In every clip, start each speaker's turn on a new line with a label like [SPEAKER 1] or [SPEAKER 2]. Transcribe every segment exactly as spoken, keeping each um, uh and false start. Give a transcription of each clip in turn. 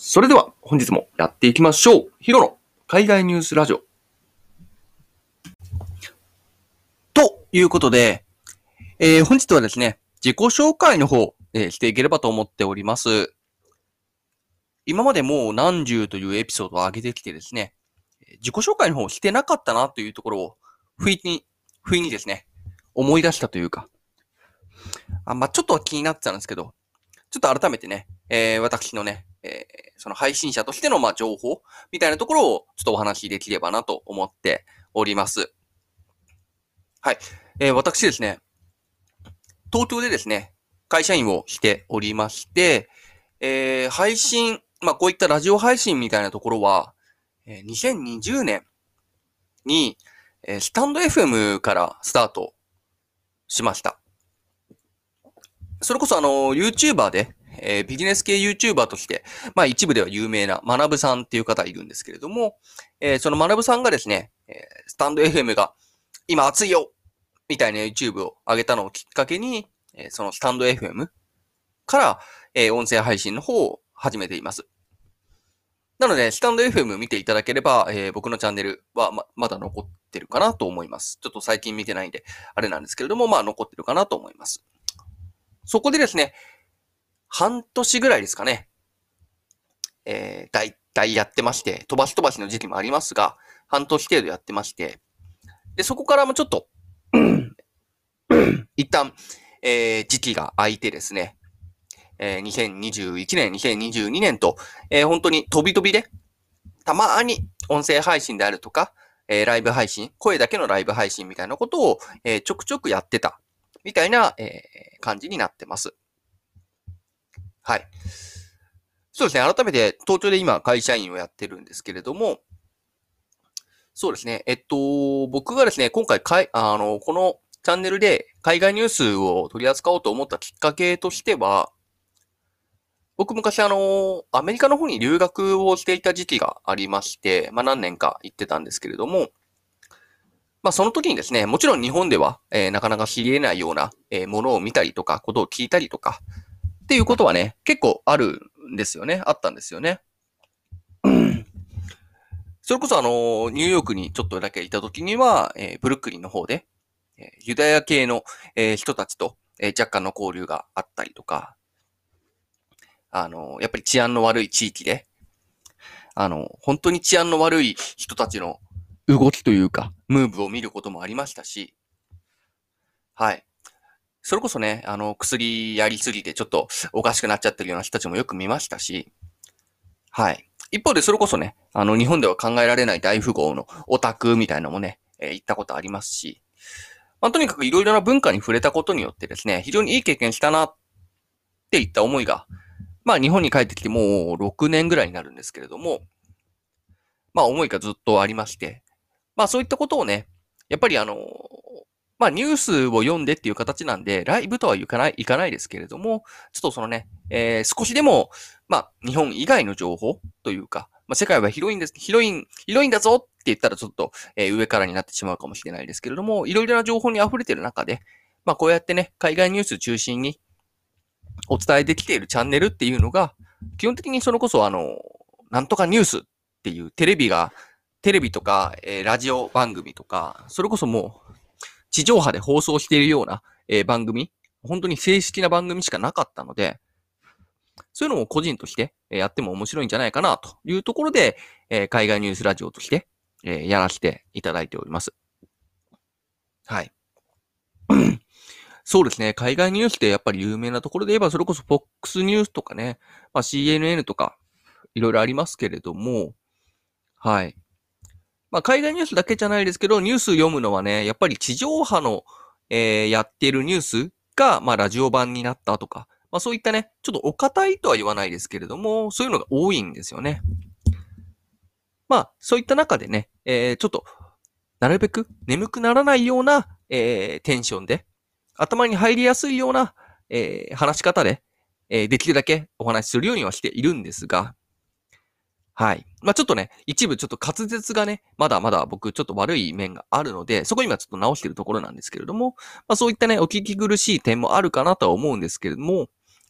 [SPEAKER 1] それでは本日もやっていきましょう。ヒロの海外ニュースラジオ。ということで、えー、本日はですね、自己紹介の方、えー、していければと思っております。今までもう何十というエピソードを上げてきてですね、自己紹介の方をしてなかったなというところを、不意に、不意にですね、思い出したというか、あまあ、ちょっとは気になってたんですけど、ちょっと改めてね、えー、私のね、えー、その配信者としてのまあ情報みたいなところをちょっとお話しできればなと思っております。はい。えー、私ですね、東京でですね、会社員をしておりまして、えー、配信、まあこういったラジオ配信みたいなところは、えー、にせんにじゅうねんに、えー、スタンド エフエム からスタートしました。それこそあの、YouTuber で、えー、ビジネス系 YouTuber として、まあ一部では有名な学さんっていう方がいるんですけれども、えー、その学さんがですね、えー、スタンド エフエム が今熱いよみたいな YouTube を上げたのをきっかけに、えー、そのスタンド エフエム から、えー、音声配信の方を始めています。なので、スタンド エフエム 見ていただければ、えー、僕のチャンネルはま、まだ残ってるかなと思います。ちょっと最近見てないんで、あれなんですけれども、まあ残ってるかなと思います。そこでですね、半年ぐらいですかね。えー、だいたいやってまして、飛ばし飛ばしの時期もありますが、半年程度やってまして、で、そこからもちょっと、一旦、えー、時期が空いてですね、えー、にせんにじゅういちねん、にせんにじゅうにねんと、えー、本当に飛び飛びで、たまーに音声配信であるとか、えー、ライブ配信、声だけのライブ配信みたいなことを、えー、ちょくちょくやってた、みたいな、えー、感じになってます。はい。そうですね。改めて、東京で今会社員をやってるんですけれども、そうですね。えっと、僕がですね、今回かい、あの、このチャンネルで海外ニュースを取り扱おうと思ったきっかけとしては、僕昔あの、アメリカの方に留学をしていた時期がありまして、まあ何年か行ってたんですけれども、まあその時にですね、もちろん日本では、えー、なかなか知り得ないような、えー、ものを見たりとか、ことを聞いたりとか、っていうことはね、結構あるんですよね。あったんですよね。それこそあの、ニューヨークにちょっとだけいた時には、えー、ブルックリンの方で、えー、ユダヤ系の、えー、人たちと、えー、若干の交流があったりとか、あの、やっぱり治安の悪い地域で、あの、本当に治安の悪い人たちの動きというか、ムーブを見ることもありましたし、はい。それこそね、あの、薬やりすぎてちょっとおかしくなっちゃってるような人たちもよく見ましたし、はい。一方でそれこそね、あの、日本では考えられない大富豪のオタクみたいなのもね、えー、行ったことありますし、まあ、とにかくいろいろな文化に触れたことによってですね、非常にいい経験したなっていった思いが、まあ日本に帰ってきてもうろくねんぐらいになるんですけれども、まあ思いがずっとありまして、まあそういったことをね、やっぱりあの、まあニュースを読んでっていう形なんで、ライブとはいかない、いかないですけれども、ちょっとそのね、えー、少しでも、まあ日本以外の情報というか、まあ世界は広いんです、広いん、広いんだぞって言ったらちょっと、えー、上からになってしまうかもしれないですけれども、いろいろな情報に溢れている中で、まあこうやってね、海外ニュース中心にお伝えできているチャンネルっていうのが、基本的にそれこそあの、なんとかニュースっていうテレビが、テレビとか、えー、ラジオ番組とか、それこそもう、地上波で放送しているような、えー、番組、本当に正式な番組しかなかったので、そういうのを個人としてやっても面白いんじゃないかなというところで、えー、海外ニュースラジオとして、えー、やらせていただいております。はい。そうですね。海外ニュースでやっぱり有名なところで言えば、それこそ フォックス ニュースとかね、まあ、シーエヌエヌ とか、いろいろありますけれども、はい。まあ、海外ニュースだけじゃないですけど、ニュース読むのはね、やっぱり地上波の、えー、やっているニュースが、まあ、ラジオ版になったとか、まあ、そういったね、ちょっとお堅いとは言わないですけれども、そういうのが多いんですよね。まあ、そういった中でね、えー、ちょっと、なるべく眠くならないような、えー、テンションで、頭に入りやすいような、えー、話し方で、えー、できるだけお話しするようにはしているんですが、はい。まあちょっとね、一部ちょっと滑舌がね、まだまだ僕ちょっと悪い面があるので、そこ今ちょっと直しているところなんですけれども、まあそういったね、お聞き苦しい点もあるかなとは思うんですけれども、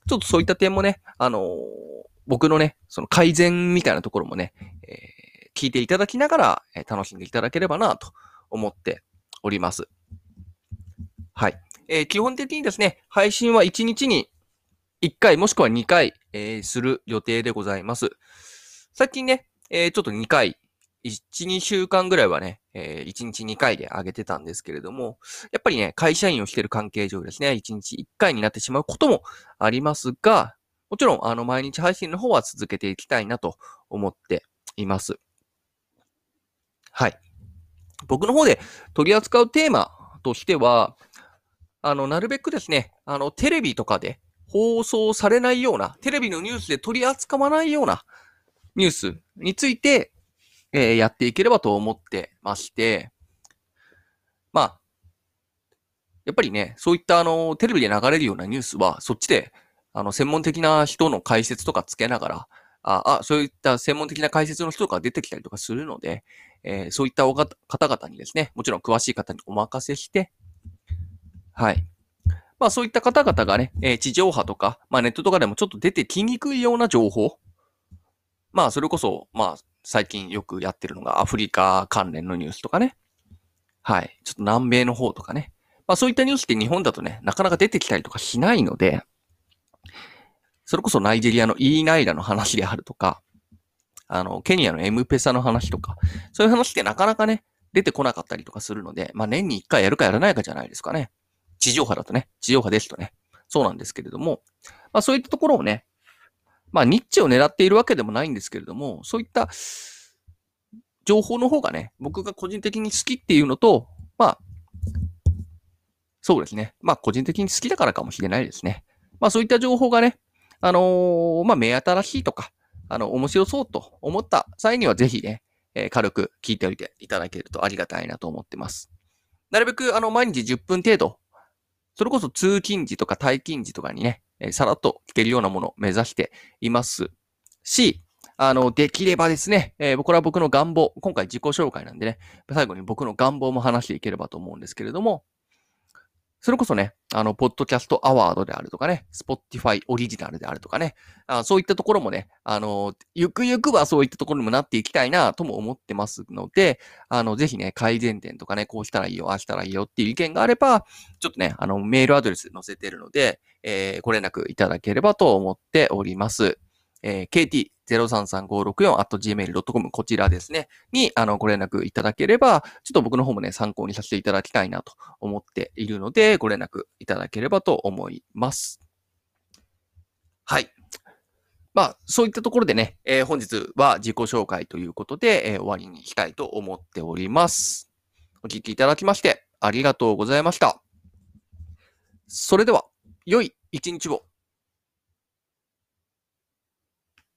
[SPEAKER 1] ちょっとそういった点もね、あのー僕のね、その改善みたいなところもね、えー聞いていただきながら、えー楽しんでいただければなと思っております。はい。えー基本的にですね、配信はいちにちにいっかいもしくはにかい、えーする予定でございます。最近ね、えーちょっとにかい、いち、にしゅうかんぐらいはね、えーいちにちにかいで上げてたんですけれども、やっぱりね、会社員をしている関係上ですね、いちにちいっかいになってしまうこともありますが、もちろん、あの、毎日配信の方は続けていきたいなと思っています。はい。僕の方で取り扱うテーマとしては、あの、なるべくですね、あの、テレビとかで放送されないような、テレビのニュースで取り扱わないようなニュースについて、えーやっていければと思ってまして、まあ、やっぱりね、そういったあの、テレビで流れるようなニュースは、そっちで、あの、専門的な人の解説とかつけながら、あ、あ、そういった専門的な解説の人が出てきたりとかするので、えーそういったお方々にですね、もちろん詳しい方にお任せして、はい。まあそういった方々がね、えー地上波とか、まあネットとかでもちょっと出てきにくいような情報、まあそれこそ、まあ最近よくやってるのがアフリカ関連のニュースとかね、はい。ちょっと南米の方とかね。まあそういったニュースって日本だとね、なかなか出てきたりとかしないので、それこそナイジェリアのイーナイラの話であるとか、あの、ケニアのエムペサの話とか、そういう話ってなかなかね、出てこなかったりとかするので、まあ年にいっかいやるかやらないかじゃないですかね。地上波だとね、地上波ですとね。そうなんですけれども、まあそういったところをね、まあニッチを狙っているわけでもないんですけれども、そういった情報の方がね、僕が個人的に好きっていうのと、まあ、そうですね。まあ個人的に好きだからかもしれないですね。まあそういった情報がね、あのーまあ目新しいとか、あの、面白そうと思った際にはぜひね、えー軽く聞いておいていただけるとありがたいなと思ってます。なるべくあの毎日じゅっぷん程度、それこそ通勤時とか退勤時とかにね、えーさらっと聞けるようなものを目指していますし、あの、できればですね、えー僕は僕の願望、今回自己紹介なんでね、最後に僕の願望も話していければと思うんですけれども、それこそね、あの、ポッドキャストアワードであるとかね、スポティファイオリジナルであるとかね、あそういったところもね、あの、ゆくゆくはそういったところにもなっていきたいなとも思ってますので、あの、ぜひね、改善点とかね、こうしたらいいよ、ああしたらいいよっていう意見があれば、ちょっとね、あの、メールアドレス載せてるので、えー、ご連絡いただければと思っております。えー、ケーティーゼロさんさんごろくよん アットジーメールドットコム こちらですね、に、あの、ご連絡いただければ、ちょっと僕の方もね、参考にさせていただきたいなと思っているので、ご連絡いただければと思います。はい。まあ、そういったところでね、えー本日は自己紹介ということで、えー終わりにしたいと思っております。お聞きいただきまして、ありがとうございました。それでは、良い一日を。